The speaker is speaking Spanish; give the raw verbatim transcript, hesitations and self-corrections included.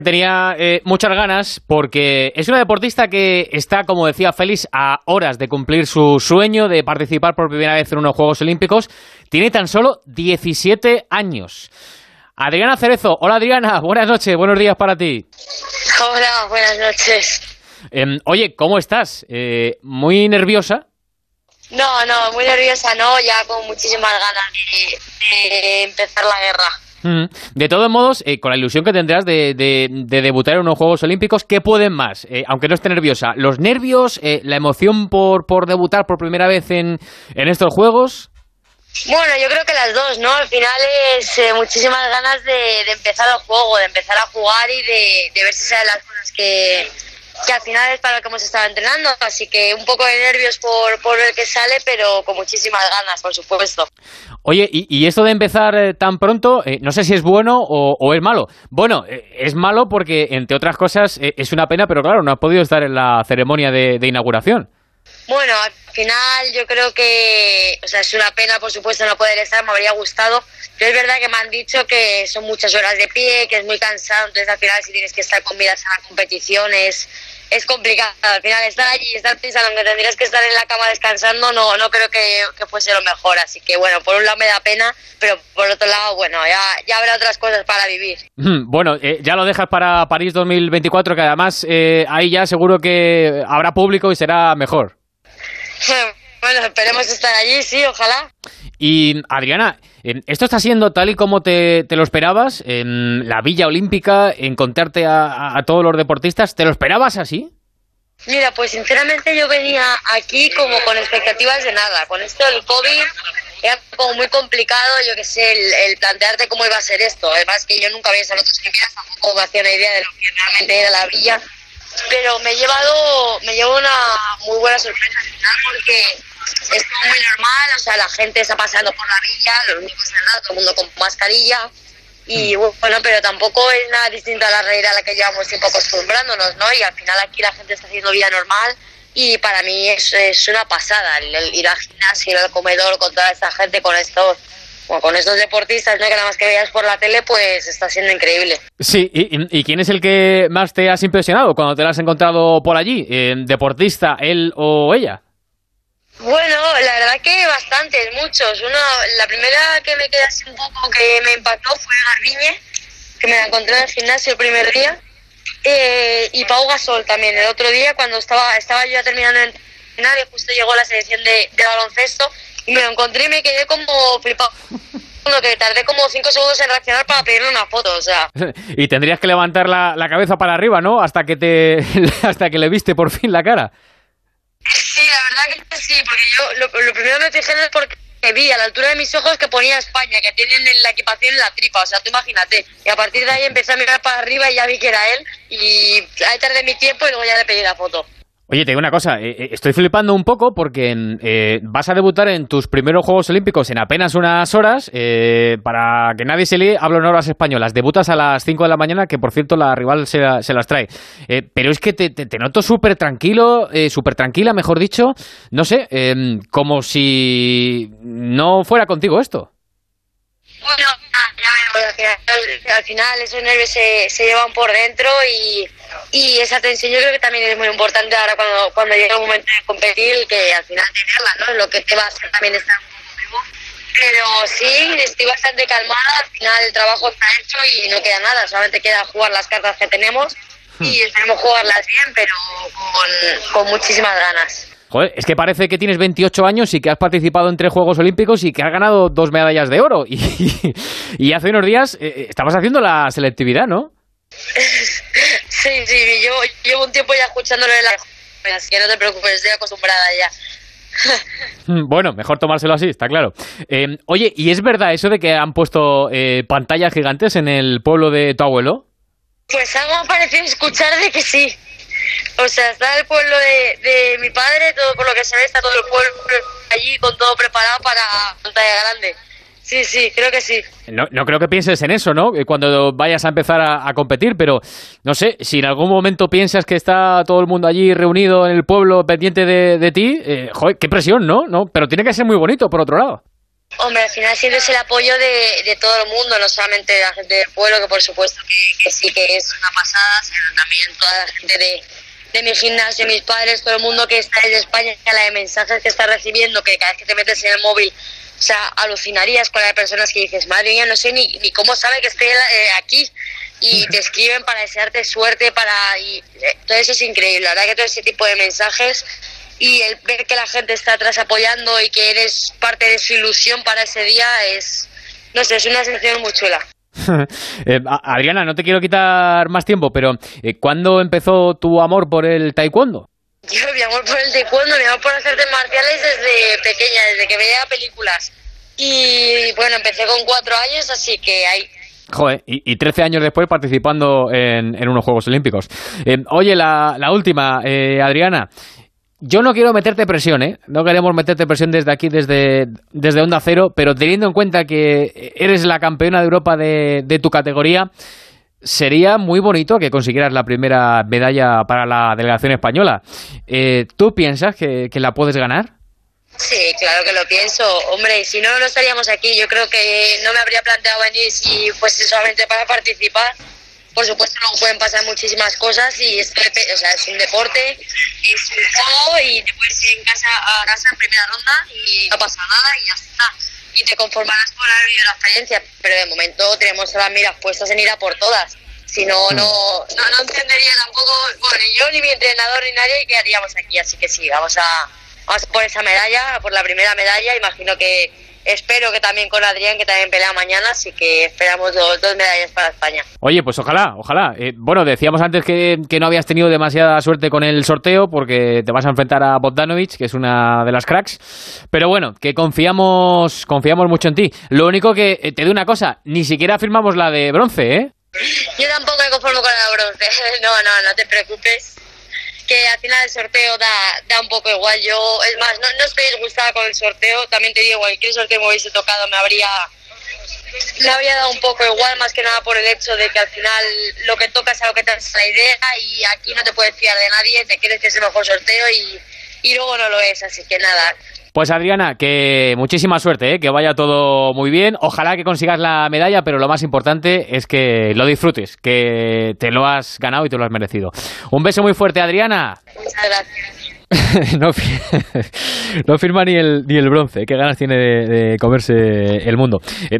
Tenía eh, muchas ganas porque es una deportista que está, como decía Félix, a horas de cumplir su sueño de participar por primera vez en unos Juegos Olímpicos. Tiene tan solo diecisiete años. Adriana Cerezo. Hola, Adriana. Buenas noches. Buenos días para ti. Hola, buenas noches. Eh, oye, ¿cómo estás? Eh, ¿Muy nerviosa? No, no, muy nerviosa no, ya con muchísimas ganas de, de empezar la guerra. De todos modos, eh, con la ilusión que tendrás de, de, de debutar en unos Juegos Olímpicos, ¿qué pueden más? Eh, aunque no esté nerviosa, ¿los nervios, eh, la emoción por, por debutar por primera vez en, en estos Juegos? Bueno, yo creo que las dos, ¿no? Al final es eh, muchísimas ganas de, de empezar el juego, de empezar a jugar y de, de ver si salen las cosas que, que al final es para lo que hemos estado entrenando. Así que un poco de nervios por, por ver qué sale, pero con muchísimas ganas, por supuesto. Oye, y, y esto de empezar eh, tan pronto, eh, no sé si es bueno o, o es malo. Bueno, eh, es malo porque, entre otras cosas, eh, es una pena, pero claro, no has podido estar en la ceremonia de, de inauguración. Bueno, al final yo creo que, o sea, es una pena, por supuesto, no poder estar, me habría gustado, pero es verdad que me han dicho que son muchas horas de pie, que es muy cansado, entonces al final si tienes que estar con miras a la competición es, es complicado. Al final estar allí y estar pensando que tendrías que estar en la cama descansando, no, no creo que, que fuese lo mejor, así que bueno, por un lado me da pena, pero por otro lado, bueno, ya, ya habrá otras cosas para vivir. Bueno, eh, ya lo dejas para París dos mil veinticuatro, que además eh, ahí ya seguro que habrá público y será mejor. Bueno, esperemos estar allí, sí, ojalá. Y Adriana, ¿esto está siendo tal y como te, te lo esperabas? En la Villa Olímpica, encontrarte a, a, a todos los deportistas, ¿te lo esperabas así? Mira, pues sinceramente yo venía aquí como con expectativas de nada. Con esto del COVID era como muy complicado, yo qué sé, el, el plantearte cómo iba a ser esto. Además que yo nunca había estado en otras Olimpiadas, tampoco me hacía una idea de lo que realmente era la Villa. Pero me he llevado, me llevo una muy buena sorpresa al final porque es todo muy normal, o sea, la gente está pasando por la villa, los niños de edad, todo el mundo con mascarilla y bueno, pero tampoco es nada distinto a la realidad a la que llevamos tiempo acostumbrándonos, ¿no? Y al final aquí la gente está haciendo vida normal y para mí es, es una pasada el, el ir al gimnasio, ir al comedor con toda esta gente, con estos... Bueno, con estos deportistas, ¿no? Que nada más que veas por la tele, pues está siendo increíble. Sí, ¿y, y quién es el que más te has impresionado cuando te lo has encontrado por allí? Eh, ¿Deportista, él o ella? Bueno, la verdad que bastantes, muchos. Uno, la primera que me quedé así un poco que me impactó fue Garbiñe, que me la encontré en el gimnasio el primer día, eh, y Pau Gasol también, el otro día cuando estaba, estaba yo ya terminando de entrenar y justo llegó la selección de, de baloncesto, y me lo encontré y me quedé como flipado. Bueno, que tardé como cinco segundos en reaccionar para pedirle una foto, o sea. Y tendrías que levantar la, la cabeza para arriba, ¿no? Hasta que te hasta que le viste por fin la cara. Sí, la verdad que sí, porque yo lo, lo primero que me fijé es porque vi a la altura de mis ojos que ponía España, que tienen la equipación en la tripa, o sea, tú imagínate. Y a partir de ahí empecé a mirar para arriba y ya vi que era él, y ahí tardé mi tiempo y luego ya le pedí la foto. Oye, te digo una cosa, eh, estoy flipando un poco porque eh, vas a debutar en tus primeros Juegos Olímpicos en apenas unas horas. Eh, para que nadie se líe, hablo en horas españolas. Debutas a las cinco de la mañana, que por cierto la rival se, se las trae. Eh, pero es que te, te, te noto súper tranquilo, eh, súper tranquila, mejor dicho. No sé, eh, como si no fuera contigo esto. Bueno, ya veremos, al final, al final esos nervios se, se llevan por dentro y, y esa tensión yo creo que también es muy importante ahora cuando, cuando llega el momento de competir, que al final tenerla, ¿no? Es lo que te va a hacer también estar un poco vivo. Pero sí, estoy bastante calmada, al final el trabajo está hecho y no queda nada, solamente queda jugar las cartas que tenemos y esperemos jugarlas bien, pero con, con muchísimas ganas. Joder, es que parece que tienes veintiocho años y que has participado en tres Juegos Olímpicos y que has ganado dos medallas de oro. Y, y, y hace unos días eh, estabas haciendo la selectividad, ¿no? Sí, sí, yo llevo un tiempo ya escuchándolo de la... Así que no te preocupes, estoy acostumbrada ya. Bueno, mejor tomárselo así, está claro. Eh, oye, ¿y es verdad eso de que han puesto eh, pantallas gigantes en el pueblo de tu abuelo? Pues algo me pareció escuchar de que sí. O sea, está el pueblo de, de mi padre, todo por lo que se ve, está todo el pueblo allí con todo preparado para pantalla grande. Sí, sí, creo que sí. No, no creo que pienses en eso, ¿no? Cuando vayas a empezar a, a competir, pero no sé, si en algún momento piensas que está todo el mundo allí reunido en el pueblo pendiente de, de ti, eh, joder, qué presión, ¿no? ¿no? Pero tiene que ser muy bonito, por otro lado. Hombre, al final sientes el apoyo de, de todo el mundo, no solamente de la gente del pueblo, que por supuesto que, que sí que es una pasada, sino también toda la gente de, de mi gimnasio, mis padres, todo el mundo que está desde España, la de mensajes que está recibiendo, que cada vez que te metes en el móvil, o sea, alucinarías con la de personas que dices, madre mía, no sé ni, ni cómo sabe que estoy eh, aquí, y te escriben para desearte suerte, para y eh, todo eso es increíble, la verdad que todo ese tipo de mensajes y el ver que la gente está atrás apoyando y que eres parte de su ilusión para ese día es, no sé, es una sensación muy chula. eh, Adriana, no te quiero quitar más tiempo, pero eh, ¿cuándo empezó tu amor por el taekwondo? Yo, mi amor por el taekwondo, mi amor por hacer artes marciales desde pequeña, desde que veía películas. Y bueno, empecé con cuatro años, así que ahí... Joder, y, y trece años después participando en, en unos Juegos Olímpicos. Eh, oye, la, la última, eh, Adriana. Yo no quiero meterte presión, ¿eh? No queremos meterte presión desde aquí, desde, desde Onda Cero, pero teniendo en cuenta que eres la campeona de Europa de, de tu categoría, sería muy bonito que consiguieras la primera medalla para la delegación española. Eh, ¿Tú piensas que, que la puedes ganar? Sí, claro que lo pienso. Hombre, si no, no estaríamos aquí. Yo creo que no me habría planteado venir si fuese solamente para participar. Por supuesto, luego pueden pasar muchísimas cosas y esto o sea, es un deporte, es un juego y te puedes ir en casa a casa en primera ronda y no pasa nada y ya está. Y te conformarás con haber vivido la experiencia, pero de momento tenemos las miras puestas en ir a por todas. Si no, no, no, no entendería tampoco, bueno, ni yo, ni mi entrenador, ni nadie, que haríamos aquí. Así que sí, vamos a, vamos por esa medalla, por la primera medalla. Imagino que, espero que también con Adrián, que también pelea mañana, así que esperamos dos, dos medallas para España. Oye, pues ojalá, ojalá. Eh, bueno, decíamos antes que, que no habías tenido demasiada suerte con el sorteo porque te vas a enfrentar a Bogdanovic, que es una de las cracks. Pero bueno, que confiamos, confiamos mucho en ti. Lo único que, eh, te digo una cosa, ni siquiera firmamos la de bronce, ¿eh? Yo tampoco me conformo con la de bronce. No, no, no te preocupes. Que al final el sorteo da, da un poco igual. Yo, es más, no, no estoy disgustada con el sorteo. También te digo, cualquier sorteo me hubiese tocado me habría, me habría dado un poco igual, más que nada por el hecho de que al final lo que toca es a lo que te hace la idea y aquí no te puedes fiar de nadie, te crees que es el mejor sorteo y, y luego no lo es, así que nada. Pues Adriana, que muchísima suerte, ¿eh? Que vaya todo muy bien. Ojalá que consigas la medalla, pero lo más importante es que lo disfrutes, que te lo has ganado y te lo has merecido. Un beso muy fuerte, Adriana. Muchas gracias. no, no firma ni el, ni el bronce, qué ganas tiene de, de comerse el mundo. Eh,